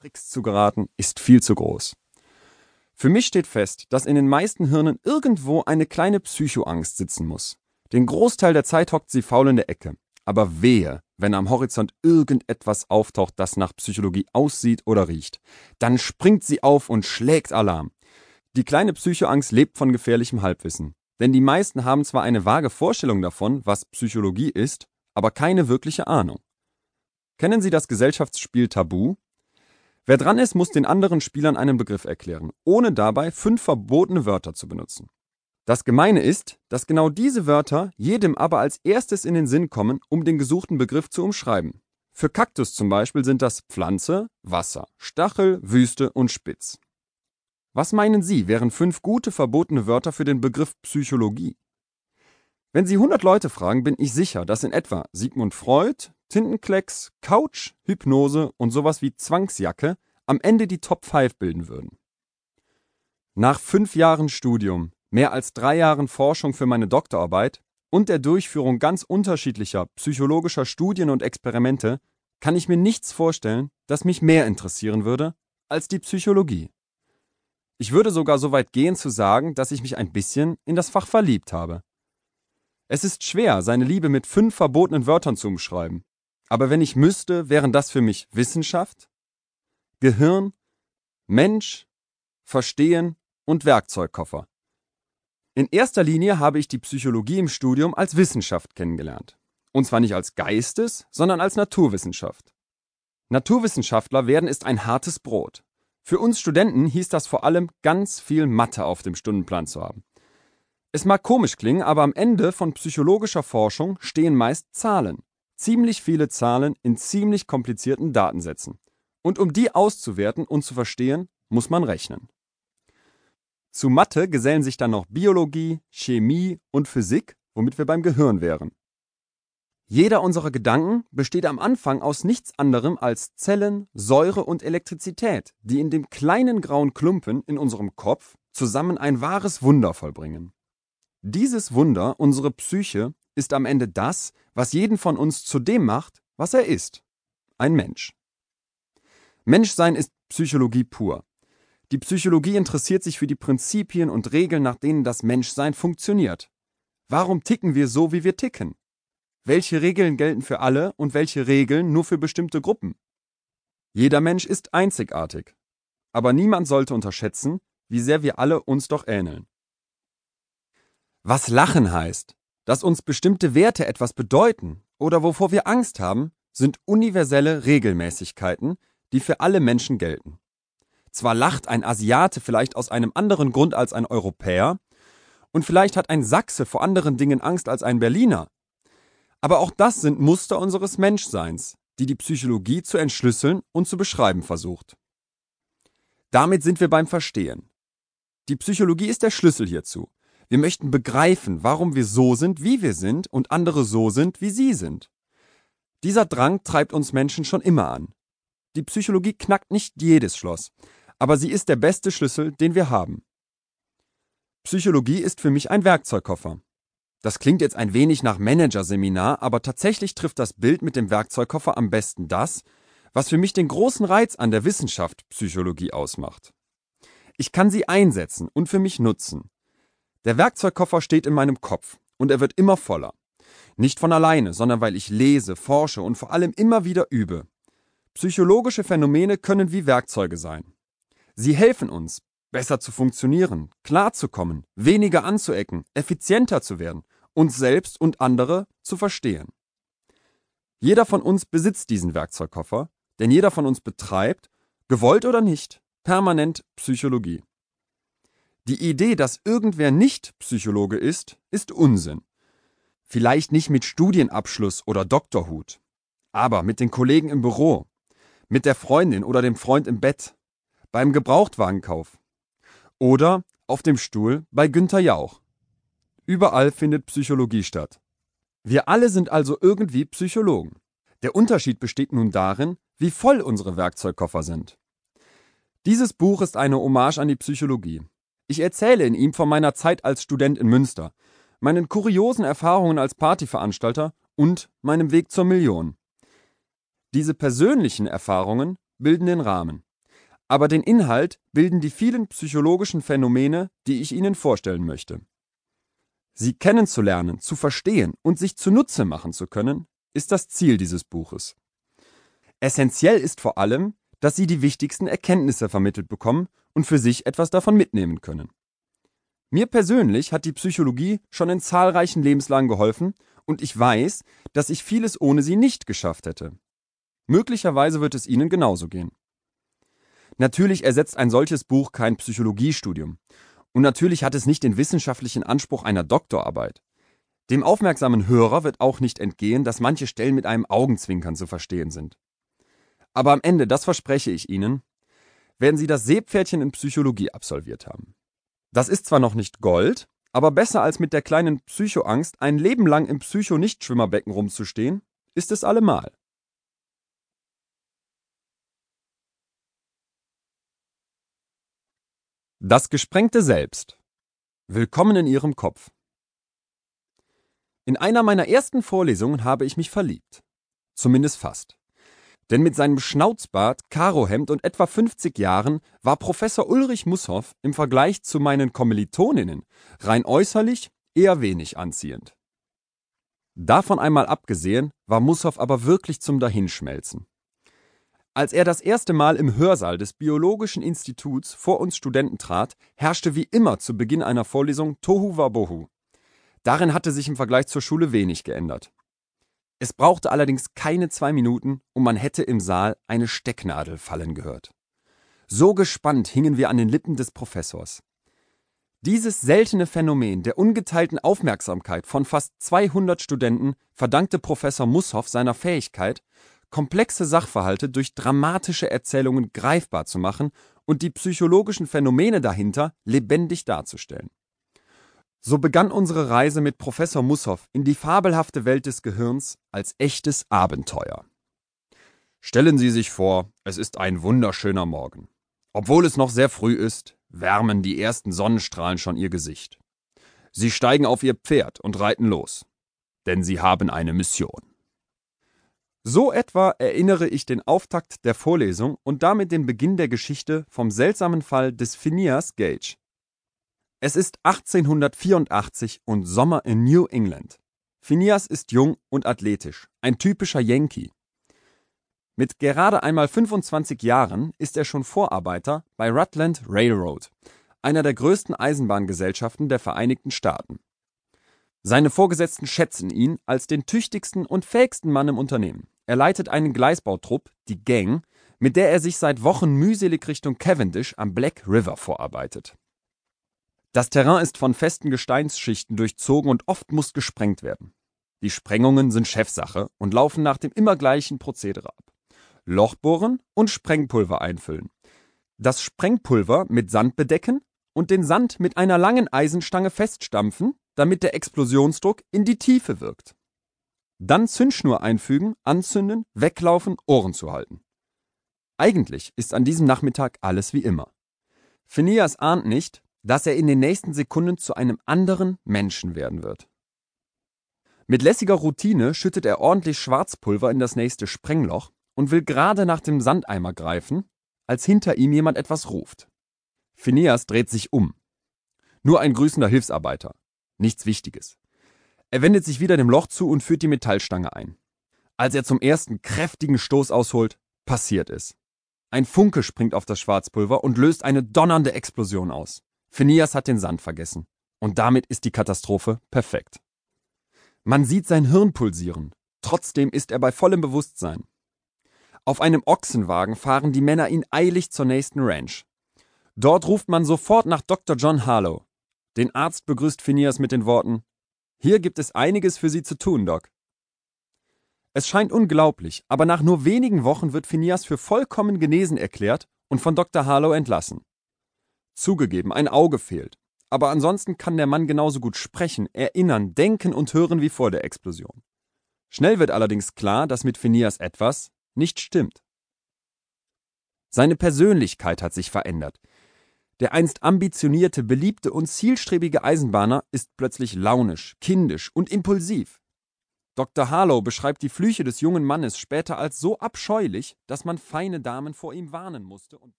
Tricks zu geraten, ist viel zu groß. Für mich steht fest, dass in den meisten Hirnen irgendwo eine kleine Psychoangst sitzen muss. Den Großteil der Zeit hockt sie faul in der Ecke. Aber wehe, wenn am Horizont irgendetwas auftaucht, das nach Psychologie aussieht oder riecht. Dann springt sie auf und schlägt Alarm. Die kleine Psychoangst lebt von gefährlichem Halbwissen. Denn die meisten haben zwar eine vage Vorstellung davon, was Psychologie ist, aber keine wirkliche Ahnung. Kennen Sie das Gesellschaftsspiel Tabu? Wer dran ist, muss den anderen Spielern einen Begriff erklären, ohne dabei 5 verbotene Wörter zu benutzen. Das Gemeine ist, dass genau diese Wörter jedem aber als erstes in den Sinn kommen, um den gesuchten Begriff zu umschreiben. Für Kaktus zum Beispiel sind das Pflanze, Wasser, Stachel, Wüste und Spitz. Was meinen Sie, wären 5 gute verbotene Wörter für den Begriff Psychologie? Wenn Sie 100 Leute fragen, bin ich sicher, dass in etwa Sigmund Freud, Tintenklecks, Couch, Hypnose und sowas wie Zwangsjacke am Ende die Top 5 bilden würden. Nach 5 Jahren Studium, mehr als 3 Jahren Forschung für meine Doktorarbeit und der Durchführung ganz unterschiedlicher psychologischer Studien und Experimente kann ich mir nichts vorstellen, das mich mehr interessieren würde als die Psychologie. Ich würde sogar so weit gehen zu sagen, dass ich mich ein bisschen in das Fach verliebt habe. Es ist schwer, seine Liebe mit 5 verbotenen Wörtern zu umschreiben. Aber wenn ich müsste, wären das für mich Wissenschaft, Gehirn, Mensch, Verstehen und Werkzeugkoffer. In erster Linie habe ich die Psychologie im Studium als Wissenschaft kennengelernt. Und zwar nicht als Geistes, sondern als Naturwissenschaft. Naturwissenschaftler werden ist ein hartes Brot. Für uns Studenten hieß das vor allem, ganz viel Mathe auf dem Stundenplan zu haben. Es mag komisch klingen, aber am Ende von psychologischer Forschung stehen meist Zahlen. Ziemlich viele Zahlen in ziemlich komplizierten Datensätzen. Und um die auszuwerten und zu verstehen, muss man rechnen. Zu Mathe gesellen sich dann noch Biologie, Chemie und Physik, womit wir beim Gehirn wären. Jeder unserer Gedanken besteht am Anfang aus nichts anderem als Zellen, Säure und Elektrizität, die in dem kleinen grauen Klumpen in unserem Kopf zusammen ein wahres Wunder vollbringen. Dieses Wunder, unsere Psyche, ist am Ende das, was jeden von uns zu dem macht, was er ist. Ein Mensch. Menschsein ist Psychologie pur. Die Psychologie interessiert sich für die Prinzipien und Regeln, nach denen das Menschsein funktioniert. Warum ticken wir so, wie wir ticken? Welche Regeln gelten für alle und welche Regeln nur für bestimmte Gruppen? Jeder Mensch ist einzigartig. Aber niemand sollte unterschätzen, wie sehr wir alle uns doch ähneln. Was Lachen heißt, dass uns bestimmte Werte etwas bedeuten oder wovor wir Angst haben, sind universelle Regelmäßigkeiten, die für alle Menschen gelten. Zwar lacht ein Asiate vielleicht aus einem anderen Grund als ein Europäer und vielleicht hat ein Sachse vor anderen Dingen Angst als ein Berliner, aber auch das sind Muster unseres Menschseins, die die Psychologie zu entschlüsseln und zu beschreiben versucht. Damit sind wir beim Verstehen. Die Psychologie ist der Schlüssel hierzu. Wir möchten begreifen, warum wir so sind, wie wir sind und andere so sind, wie sie sind. Dieser Drang treibt uns Menschen schon immer an. Die Psychologie knackt nicht jedes Schloss, aber sie ist der beste Schlüssel, den wir haben. Psychologie ist für mich ein Werkzeugkoffer. Das klingt jetzt ein wenig nach Managerseminar, aber tatsächlich trifft das Bild mit dem Werkzeugkoffer am besten das, was für mich den großen Reiz an der Wissenschaft Psychologie ausmacht. Ich kann sie einsetzen und für mich nutzen. Der Werkzeugkoffer steht in meinem Kopf und er wird immer voller. Nicht von alleine, sondern weil ich lese, forsche und vor allem immer wieder übe. Psychologische Phänomene können wie Werkzeuge sein. Sie helfen uns, besser zu funktionieren, klarzukommen, weniger anzuecken, effizienter zu werden, uns selbst und andere zu verstehen. Jeder von uns besitzt diesen Werkzeugkoffer, denn jeder von uns betreibt, gewollt oder nicht, permanent Psychologie. Die Idee, dass irgendwer nicht Psychologe ist Unsinn. Vielleicht nicht mit Studienabschluss oder Doktorhut, aber mit den Kollegen im Büro, mit der Freundin oder dem Freund im Bett, beim Gebrauchtwagenkauf oder auf dem Stuhl bei Günther Jauch. Überall findet Psychologie statt. Wir alle sind also irgendwie Psychologen. Der Unterschied besteht nun darin, wie voll unsere Werkzeugkoffer sind. Dieses Buch ist eine Hommage an die Psychologie. Ich erzähle in ihm von meiner Zeit als Student in Münster, meinen kuriosen Erfahrungen als Partyveranstalter und meinem Weg zur Million. Diese persönlichen Erfahrungen bilden den Rahmen. aber den Inhalt bilden die vielen psychologischen Phänomene, die ich Ihnen vorstellen möchte. Sie kennenzulernen, zu verstehen und sich zunutze machen zu können, ist das Ziel dieses Buches. Essentiell ist vor allem, dass Sie die wichtigsten Erkenntnisse vermittelt bekommen und für sich etwas davon mitnehmen können. Mir persönlich hat die Psychologie schon in zahlreichen Lebenslagen geholfen und ich weiß, dass ich vieles ohne sie nicht geschafft hätte. Möglicherweise wird es Ihnen genauso gehen. Natürlich ersetzt ein solches Buch kein Psychologiestudium. Und natürlich hat es nicht den wissenschaftlichen Anspruch einer Doktorarbeit. Dem aufmerksamen Hörer wird auch nicht entgehen, dass manche Stellen mit einem Augenzwinkern zu verstehen sind. Aber am Ende, das verspreche ich Ihnen, werden Sie das Seepferdchen in Psychologie absolviert haben. Das ist zwar noch nicht Gold, aber besser als mit der kleinen Psychoangst ein Leben lang im Psycho-Nichtschwimmerbecken rumzustehen, ist es allemal. Das gesprengte Selbst. Willkommen in Ihrem Kopf. In einer meiner ersten Vorlesungen habe ich mich verliebt. Zumindest fast. Denn mit seinem Schnauzbart, Karohemd und etwa 50 Jahren war Professor Ulrich Musshoff im Vergleich zu meinen Kommilitoninnen rein äußerlich eher wenig anziehend. Davon einmal abgesehen war Musshoff aber wirklich zum Dahinschmelzen. Als er das erste Mal im Hörsaal des Biologischen Instituts vor uns Studenten trat, herrschte wie immer zu Beginn einer Vorlesung Tohu Wabohu. Darin hatte sich im Vergleich zur Schule wenig geändert. Es brauchte allerdings keine 2 Minuten und man hätte im Saal eine Stecknadel fallen gehört. So gespannt hingen wir an den Lippen des Professors. Dieses seltene Phänomen der ungeteilten Aufmerksamkeit von fast 200 Studenten verdankte Professor Musshoff seiner Fähigkeit, komplexe Sachverhalte durch dramatische Erzählungen greifbar zu machen und die psychologischen Phänomene dahinter lebendig darzustellen. So begann unsere Reise mit Professor Musshoff in die fabelhafte Welt des Gehirns als echtes Abenteuer. Stellen Sie sich vor, es ist ein wunderschöner Morgen. Obwohl es noch sehr früh ist, wärmen die ersten Sonnenstrahlen schon Ihr Gesicht. Sie steigen auf Ihr Pferd und reiten los, denn Sie haben eine Mission. So etwa erinnere ich den Auftakt der Vorlesung und damit den Beginn der Geschichte vom seltsamen Fall des Phineas Gage. Es ist 1884 und Sommer in New England. Phineas ist jung und athletisch, ein typischer Yankee. Mit gerade einmal 25 Jahren ist er schon Vorarbeiter bei Rutland Railroad, einer der größten Eisenbahngesellschaften der Vereinigten Staaten. Seine Vorgesetzten schätzen ihn als den tüchtigsten und fähigsten Mann im Unternehmen. Er leitet einen Gleisbautrupp, die Gang, mit der er sich seit Wochen mühselig Richtung Cavendish am Black River vorarbeitet. Das Terrain ist von festen Gesteinsschichten durchzogen und oft muss gesprengt werden. Die Sprengungen sind Chefsache und laufen nach dem immer gleichen Prozedere ab. Loch bohren und Sprengpulver einfüllen. Das Sprengpulver mit Sand bedecken und den Sand mit einer langen Eisenstange feststampfen, damit der Explosionsdruck in die Tiefe wirkt. Dann Zündschnur einfügen, anzünden, weglaufen, Ohren zuhalten. Eigentlich ist an diesem Nachmittag alles wie immer. Phineas ahnt nicht, dass er in den nächsten Sekunden zu einem anderen Menschen werden wird. Mit lässiger Routine schüttet er ordentlich Schwarzpulver in das nächste Sprengloch und will gerade nach dem Sandeimer greifen, als hinter ihm jemand etwas ruft. Phineas dreht sich um. Nur ein grüßender Hilfsarbeiter. Nichts Wichtiges. Er wendet sich wieder dem Loch zu und führt die Metallstange ein. Als er zum ersten kräftigen Stoß ausholt, passiert es. Ein Funke springt auf das Schwarzpulver und löst eine donnernde Explosion aus. Phineas hat den Sand vergessen. Und damit ist die Katastrophe perfekt. Man sieht sein Hirn pulsieren. Trotzdem ist er bei vollem Bewusstsein. Auf einem Ochsenwagen fahren die Männer ihn eilig zur nächsten Ranch. Dort ruft man sofort nach Dr. John Harlow. Den Arzt begrüßt Phineas mit den Worten: Hier gibt es einiges für Sie zu tun, Doc. Es scheint unglaublich, aber nach nur wenigen Wochen wird Phineas für vollkommen genesen erklärt und von Dr. Harlow entlassen. Zugegeben, ein Auge fehlt, aber ansonsten kann der Mann genauso gut sprechen, erinnern, denken und hören wie vor der Explosion. Schnell wird allerdings klar, dass mit Phineas etwas nicht stimmt. Seine Persönlichkeit hat sich verändert. Der einst ambitionierte, beliebte und zielstrebige Eisenbahner ist plötzlich launisch, kindisch und impulsiv. Dr. Harlow beschreibt die Flüche des jungen Mannes später als so abscheulich, dass man feine Damen vor ihm warnen musste und